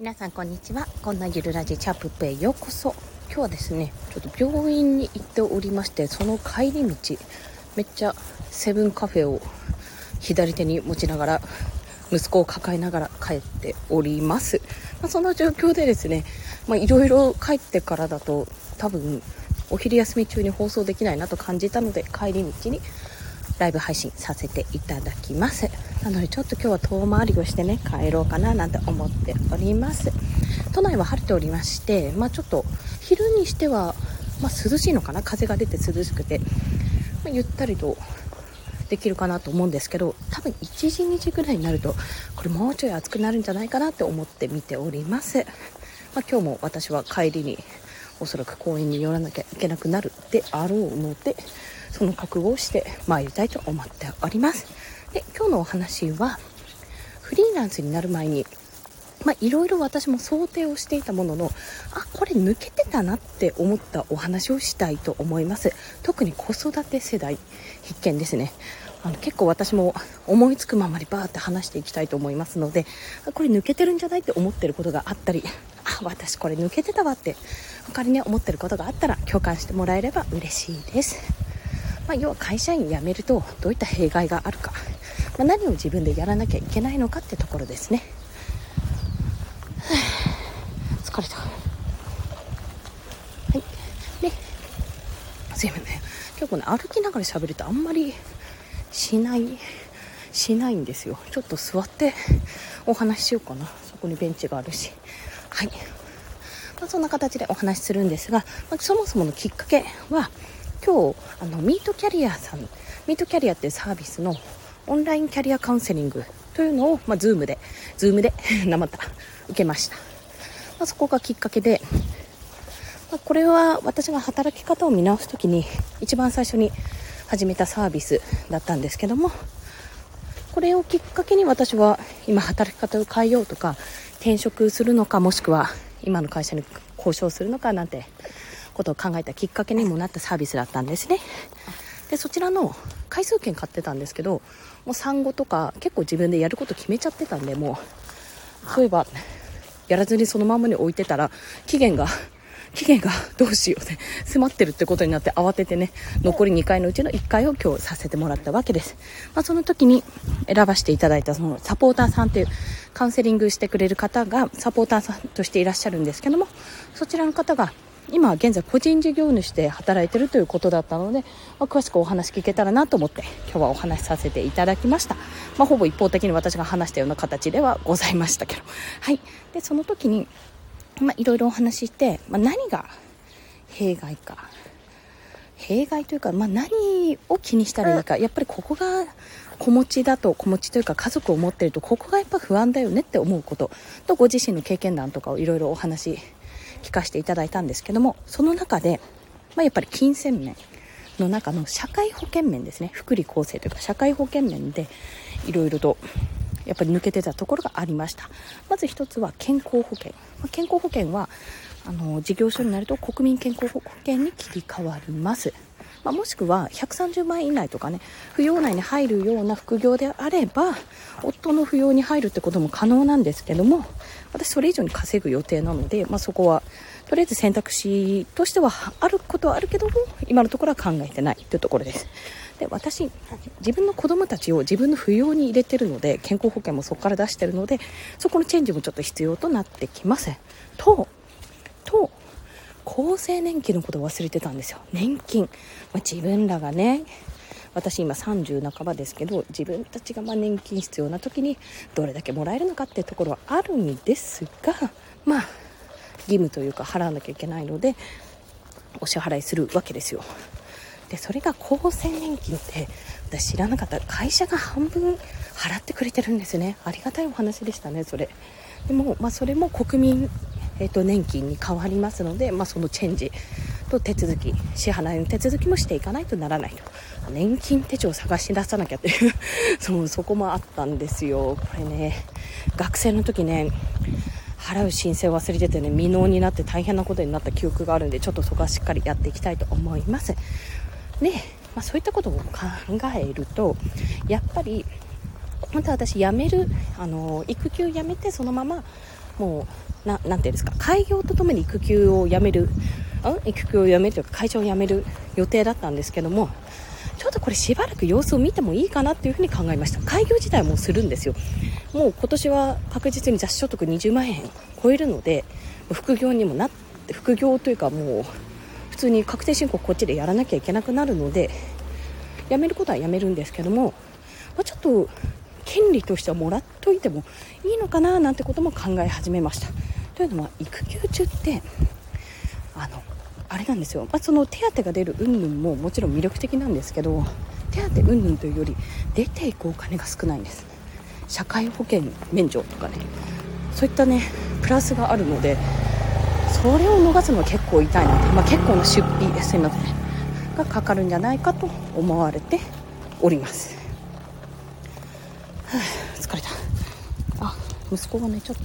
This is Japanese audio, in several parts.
皆さんこんにちは。こんなゆるラジチャップペへようこそ。今日はですね、ちょっと病院に行っておりまして、その帰り道めっちゃセブンカフェを左手に持ちながら息子を抱えながら帰っております。その状況でですね、いろいろ帰ってからだと多分お昼休み中に放送できないなと感じたので、帰り道にライブ配信させていただきます。なのでちょっと今日は遠回りをしてね帰ろうかななんて思っております。都内は晴れておりまして、ちょっと昼にしては、涼しいのかな、風が出て涼しくて、ゆったりとできるかなと思うんですけど、多分1時2時ぐらいになるとこれもうちょい暑くなるんじゃないかなって思って見ております。今日も私は帰りにおそらく公園に寄らなきゃいけなくなるであろうので、その覚悟をして参りたいと思っております。で、今日のお話はフリーランスになる前にいろいろ私も想定をしていたものの、これ抜けてたなって思ったお話をしたいと思います。特に子育て世代必見ですね。結構私も思いつくままにバーって話していきたいと思いますので、これ抜けてるんじゃないって思ってることがあったり、私これ抜けてたわって他にね思ってることがあったら共感してもらえれば嬉しいです。要は会社員辞めるとどういった弊害があるか、何を自分でやらなきゃいけないのかってところですね。疲れた。で、すいません、今日歩きながら喋るとあんまりしないんですよ。ちょっと座ってお話ししようかな。そこにベンチがあるし、そんな形でお話しするんですが、そもそものきっかけは今日ミートキャリアさん、ミートキャリアっていうサービスのオンラインキャリアカウンセリングというのを、ズームで生た受けました。そこがきっかけで、これは私が働き方を見直すときに一番最初に始めたサービスだったんですけども、これをきっかけに私は今働き方を変えようとか転職するのか、もしくは今の会社に交渉するのかなんてことを考えたきっかけにもなったサービスだったんですね。で、そちらの回数券買ってたんですけど、もう産後とか結構自分でやること決めちゃってたんで、もうそういえばやらずにそのままに置いてたら期限がどうしようね迫ってるってことになって、慌ててね残り2回のうちの1回を今日させてもらったわけです。その時に選ばせていただいたそのサポーターさんというカウンセリングしてくれる方がサポーターさんとしていらっしゃるんですけども、そちらの方が今現在個人事業主で働いているということだったので、詳しくお話聞けたらなと思って今日はお話しさせていただきました。ほぼ一方的に私が話したような形ではございましたけど、でその時にいろいろお話しして、何が弊害というか、何を気にしたらいいか、やっぱりここが子持ちというか家族を持っているとここがやっぱ不安だよねって思うことと、ご自身の経験談とかをいろいろお話聞かせていただいたんですけども、その中で、やっぱり金銭面の中の社会保険面ですね。福利厚生というか社会保険面でいろいろとやっぱり抜けてたところがありました。まず一つは健康保険。健康保険は事業所になると国民健康保険に切り替わります。もしくは130万円以内とかね、扶養内に入るような副業であれば夫の扶養に入るってことも可能なんですけども、私それ以上に稼ぐ予定なので、そこはとりあえず選択肢としてはあることはあるけども、今のところは考えてないというところです。で、私自分の子供たちを自分の扶養に入れてるので、健康保険もそこから出してるので、そこのチェンジもちょっと必要となってきますと厚生年金のことを忘れてたんですよ。年金、自分らがね、私今30半ばですけど、自分たちが年金必要な時にどれだけもらえるのかっていうところはあるんですが、義務というか払わなきゃいけないのでお支払いするわけですよ。で、それが厚生年金って私知らなかった。会社が半分払ってくれてるんですね。ありがたいお話でしたね、それ。でも、それも国民、年金に変わりますので、そのチェンジと手続き、支払いの手続きもしていかないとならないと。年金手帳を探し出さなきゃっていうそこもあったんですよ。これね、学生の時ね、払う申請を忘れててね、未納になって大変なことになった記憶があるんで、ちょっとそこはしっかりやっていきたいと思います。で、そういったことを考えると、やっぱり本当は私辞める育休辞めてそのままもうなんていうんですか、開業とともに育休をやめるというか会社を辞める予定だったんですけども、ちょっとこれしばらく様子を見てもいいかなっていうふうに考えました。開業自体もするんですよ。もう今年は確実に雑誌所得20万円超えるので、副業にもなって、副業というかもう普通に確定申告こっちでやらなきゃいけなくなるので、辞めることは辞めるんですけども、ちょっと権利としてはもらっといてもいいのかななんてことも考え始めました。というのは育休中ってあれなんですよ、その手当が出る云々ももちろん魅力的なんですけど、手当云々というより出ていくお金が少ないんです。社会保険免除とかね、そういったねプラスがあるので、それを逃すのは結構痛いので、結構な出費すいませんがかかるんじゃないかと思われております。疲れた。息子が寝ちゃった。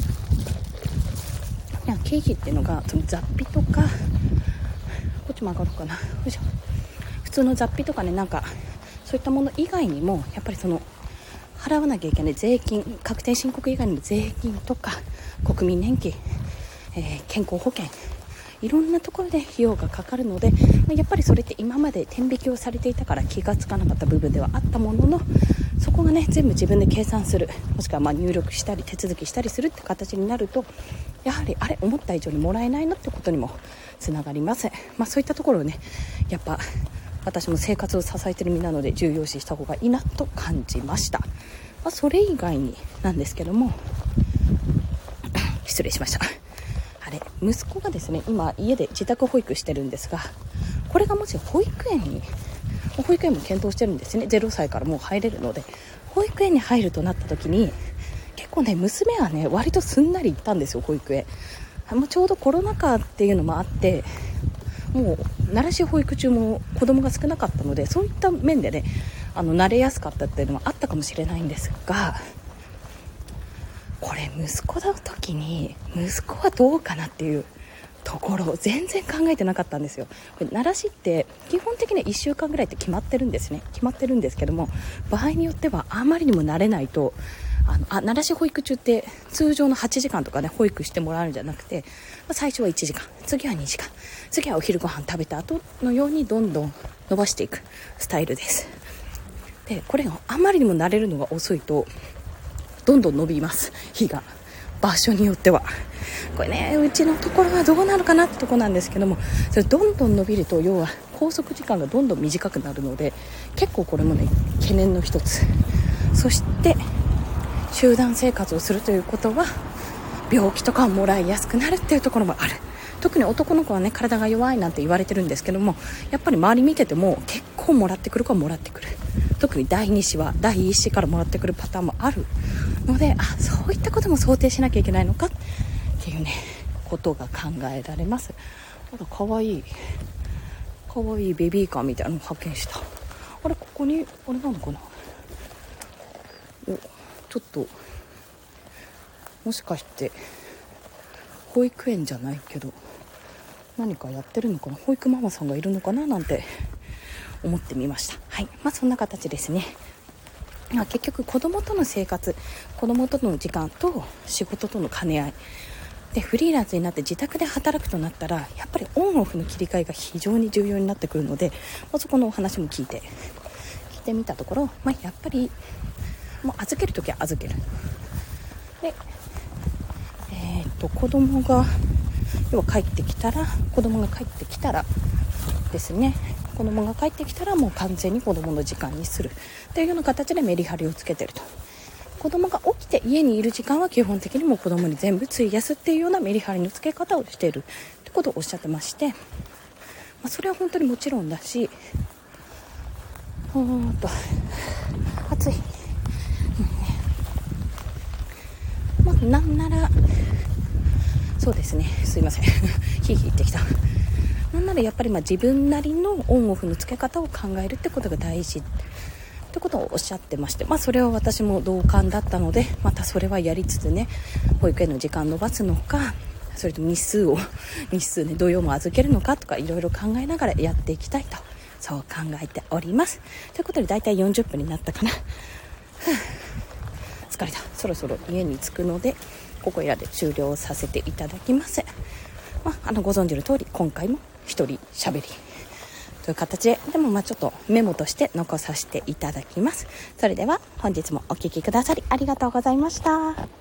経費っていうのがその雑費とか、こっちも上がるかな、よいしょ、普通の雑費とかね、なんかそういったもの以外にもやっぱりその払わなきゃいけない税金、確定申告以外にも税金とか国民年金、健康保険、いろんなところで費用がかかるので、やっぱりそれって今まで天引きをされていたから気がつかなかった部分ではあったものの、そこがね全部自分で計算する、もしくは入力したり手続きしたりするって形になると、やはり思った以上にもらえないなってことにもつながります。そういったところをね、やっぱ私も生活を支えている身なので重要視した方がいいなと感じました。それ以外になんですけども失礼しました。息子がですね、今家で自宅保育してるんですが、これがもし保育園も検討してるんですね。0歳からもう入れるので、保育園に入るとなった時に結構ね、娘はね割とすんなり行ったんですよ、保育園。もうちょうどコロナ禍っていうのもあって、もう慣らし保育中も子供が少なかったので、そういった面でね慣れやすかったっていうのはあったかもしれないんですが、これ息子の時に息子はどうかなっていうところを全然考えてなかったんですよ。これ慣らしって基本的に1週間ぐらいって決まってるんですけども、場合によってはあまりにも慣れないと、慣らし保育中って通常の8時間とかね保育してもらうんじゃなくて、最初は1時間、次は2時間、次はお昼ご飯食べた後のようにどんどん伸ばしていくスタイルです。でこれがあまりにも慣れるのが遅いとどんどん伸びます、日が。場所によってはこれね、うちのところはどうなのかなってとこなんですけども、それどんどん伸びると要は拘束時間がどんどん短くなるので、結構これもね懸念の一つ。そして集団生活をするということは病気とかをもらいやすくなるっていうところもある。特に男の子はね体が弱いなんて言われてるんですけども、やっぱり周り見てても結構もらってくる子はもらってくる。特に第2子は第1子からもらってくるパターンもあるので、そういったことも想定しなきゃいけないのかっていうねことが考えられます。かわいいベビーカーみたいなのを発見した。ここになのかな、ちょっともしかして保育園じゃないけど何かやってるのかな、保育ママさんがいるのかななんて思ってみました。そんな形ですね。結局子供との生活、子供との時間と仕事との兼ね合いで、フリーランスになって自宅で働くとなったら、やっぱりオンオフの切り替えが非常に重要になってくるので、そこのお話も聞いてみたところ、やっぱりもう預けるときは預ける。で、子供が帰ってきたらですね、子供が帰ってきたらもう完全に子供の時間にするというような形でメリハリをつけていると。子供が起きて家にいる時間は基本的にもう子供に全部費やすっていうようなメリハリのつけ方をしているということをおっしゃってまして、それは本当にもちろんだし、暑い、なんならそうですね、すいませんヒーヒー言ってきた。なんならやっぱり自分なりのオンオフのつけ方を考えるってことが大事ってことをおっしゃってまして、それは私も同感だったので、またそれはやりつつね、保育園の時間伸ばすのか、それと日数ね、土曜も預けるのかとかいろいろ考えながらやっていきたいと、そう考えております。ということでだいたい40分になったかな。疲れた。そろそろ家に着くのでここいらで終了させていただきます。ご存知の通り今回も一人喋りという形で、でもちょっとメモとして残させていただきます。それでは本日もお聞きくださりありがとうございました。